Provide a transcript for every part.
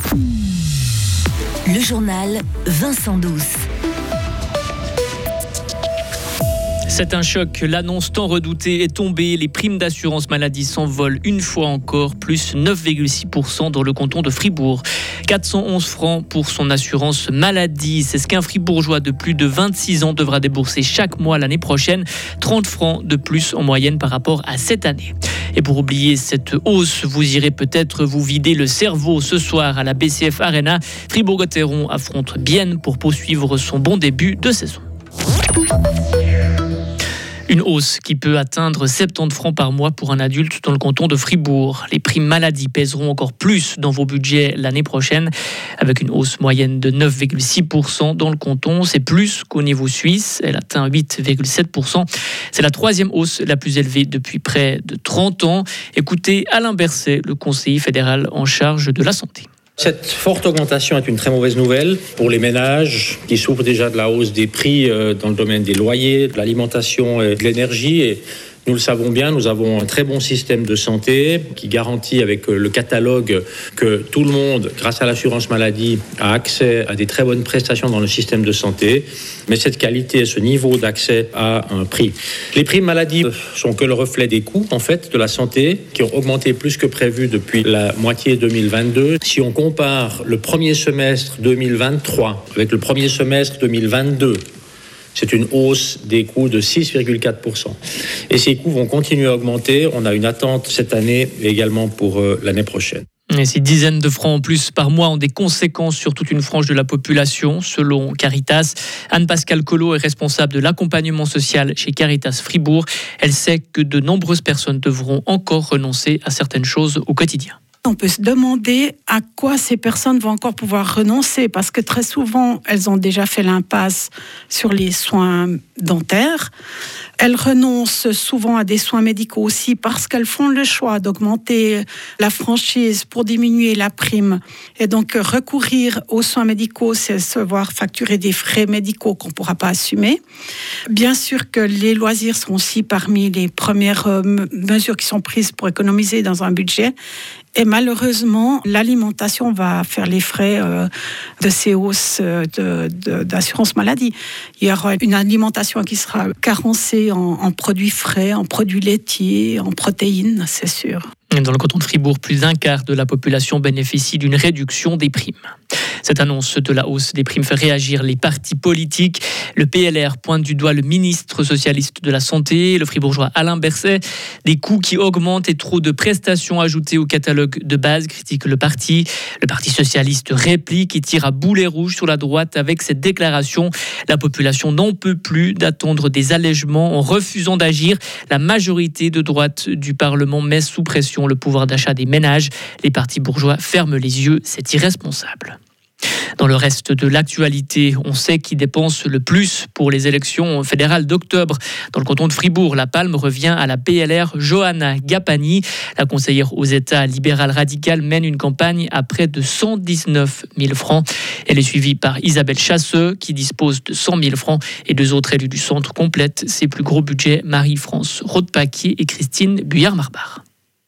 Le journal Vincent Douce. C'est un choc. L'annonce tant redoutée est tombée. Les primes d'assurance maladie s'envolent une fois encore, plus 9,6% dans le canton de Fribourg. 411 francs pour son assurance maladie. C'est ce qu'un Fribourgeois de plus de 26 ans devra débourser chaque mois l'année prochaine. 30 francs de plus en moyenne par rapport à cette année. Et pour oublier cette hausse, vous irez peut-être vous vider le cerveau ce soir à la BCF Arena. Fribourg-Gotteron affronte Bienne pour poursuivre son bon début de saison. Une hausse qui peut atteindre 70 francs par mois pour un adulte dans le canton de Fribourg. Les primes maladie pèseront encore plus dans vos budgets l'année prochaine, avec une hausse moyenne de 9,6% dans le canton. C'est plus qu'au niveau suisse, elle atteint 8,7%. C'est la troisième hausse la plus élevée depuis près de 30 ans. Écoutez Alain Berset, le conseiller fédéral en charge de la santé. Cette forte augmentation est une très mauvaise nouvelle pour les ménages qui souffrent déjà de la hausse des prix dans le domaine des loyers, de l'alimentation et de l'énergie. Et nous le savons bien, nous avons un très bon système de santé qui garantit avec le catalogue que tout le monde, grâce à l'assurance maladie, a accès à des très bonnes prestations dans le système de santé. Mais cette qualité et ce niveau d'accès a un prix. Les primes maladie sont que le reflet des coûts, en fait, de la santé, qui ont augmenté plus que prévu depuis la moitié 2022. Si on compare le premier semestre 2023 avec le premier semestre 2022, c'est une hausse des coûts de 6,4%. Et ces coûts vont continuer à augmenter. On a une attente cette année et également pour l'année prochaine. Et ces dizaines de francs en plus par mois ont des conséquences sur toute une frange de la population. Selon Caritas, Anne-Pascale Collot est responsable de l'accompagnement social chez Caritas Fribourg. Elle sait que de nombreuses personnes devront encore renoncer à certaines choses au quotidien. On peut se demander à quoi ces personnes vont encore pouvoir renoncer, parce que très souvent, elles ont déjà fait l'impasse sur les soins dentaires. Elles renoncent souvent à des soins médicaux aussi parce qu'elles font le choix d'augmenter la franchise pour diminuer la prime. Et donc, recourir aux soins médicaux, c'est se voir facturer des frais médicaux qu'on ne pourra pas assumer. Bien sûr que les loisirs sont aussi parmi les premières mesures qui sont prises pour économiser dans un budget. Et malheureusement, l'alimentation va faire les frais de ces hausses d'assurance maladie. Il y aura une alimentation qui sera carencée en produits frais, en produits laitiers, en protéines, c'est sûr. Dans le canton de Fribourg, plus d'un quart de la population bénéficie d'une réduction des primes. Cette annonce de la hausse des primes fait réagir les partis politiques. Le PLR pointe du doigt le ministre socialiste de la Santé, le fribourgeois Alain Berset. Des coûts qui augmentent et trop de prestations ajoutées au catalogue de base, critique le parti. Le parti socialiste réplique et tire à boulet rouge sur la droite avec cette déclaration. La population n'en peut plus d'attendre des allègements en refusant d'agir. La majorité de droite du Parlement met sous pression le pouvoir d'achat des ménages. Les partis bourgeois ferment les yeux, c'est irresponsable. Dans le reste de l'actualité, on sait qui dépense le plus pour les élections fédérales d'octobre. Dans le canton de Fribourg, la palme revient à la PLR Johanna Gapani. La conseillère aux États libérale radicale mène une campagne à près de 119 000 francs. Elle est suivie par Isabelle Chasseux, qui dispose de 100 000 francs. Et deux autres élus du centre complètent ses plus gros budgets, Marie-France Rodepaquier et Christine Buyard-Marbar.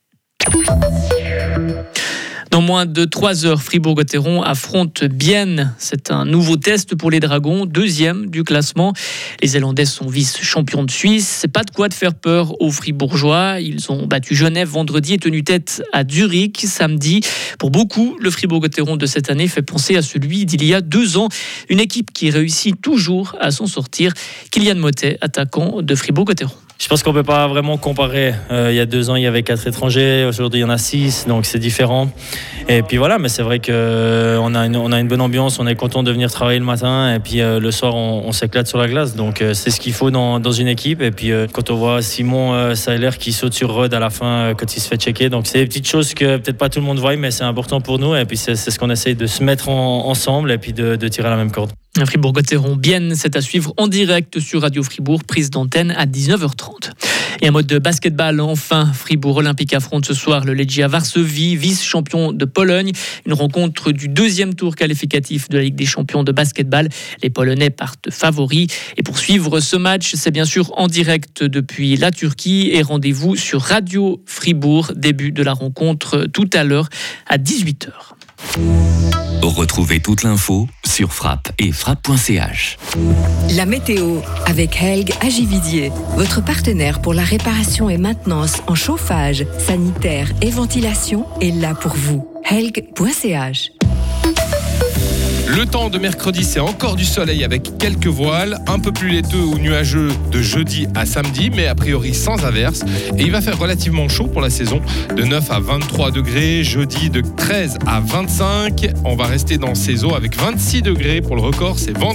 Dans moins de 3 heures, Fribourg-Gotteron affronte Bienne. C'est un nouveau test pour les Dragons, deuxième du classement. Les Zélandais sont vice-champions de Suisse. C'est pas de quoi de faire peur aux Fribourgeois. Ils ont battu Genève vendredi et tenu tête à Zurich samedi. Pour beaucoup, le Fribourg-Gotteron de cette année fait penser à celui d'il y a 2 ans. Une équipe qui réussit toujours à s'en sortir. Kylian Mottet, attaquant de Fribourg-Gotteron. Je pense qu'on ne peut pas vraiment comparer. Il y a 2 ans, il y avait 4 étrangers. Aujourd'hui, il y en a 6, donc c'est différent. Et puis voilà, mais c'est vrai qu'on a une bonne ambiance. On est content de venir travailler le matin. Et puis le soir, on s'éclate sur la glace. Donc c'est ce qu'il faut dans une équipe. Et puis quand on voit Simon Seiler qui saute sur Rod à la fin quand il se fait checker. Donc c'est des petites choses que peut-être pas tout le monde voit, mais c'est important pour nous. Et puis c'est ce qu'on essaye de se mettre ensemble et puis de tirer à la même corde. Fribourg-Gotteron Bienne, c'est à suivre en direct sur Radio Fribourg, prise d'antenne à 19h30. Et un mode de basketball, enfin, Fribourg Olympique affronte ce soir le Legia Varsovie, vice-champion de Pologne. Une rencontre du 2e tour qualificatif de la Ligue des champions de basketball. Les Polonais partent favoris. Et pour suivre ce match, c'est bien sûr en direct depuis la Turquie. Et rendez-vous sur Radio Fribourg, début de la rencontre tout à l'heure à 18h. Retrouvez toute l'info sur Frappe et frappe.ch. La météo avec Helg Agividier, votre partenaire pour la réparation et maintenance en chauffage, sanitaire et ventilation est là pour vous. Helg.ch. Le temps de mercredi, c'est encore du soleil avec quelques voiles, un peu plus laiteux ou nuageux de jeudi à samedi, mais a priori sans averse. Et il va faire relativement chaud pour la saison, de 9 à 23 degrés, jeudi de 13 à 25. On va rester dans ces eaux avec 26 degrés pour le record, c'est vendredi.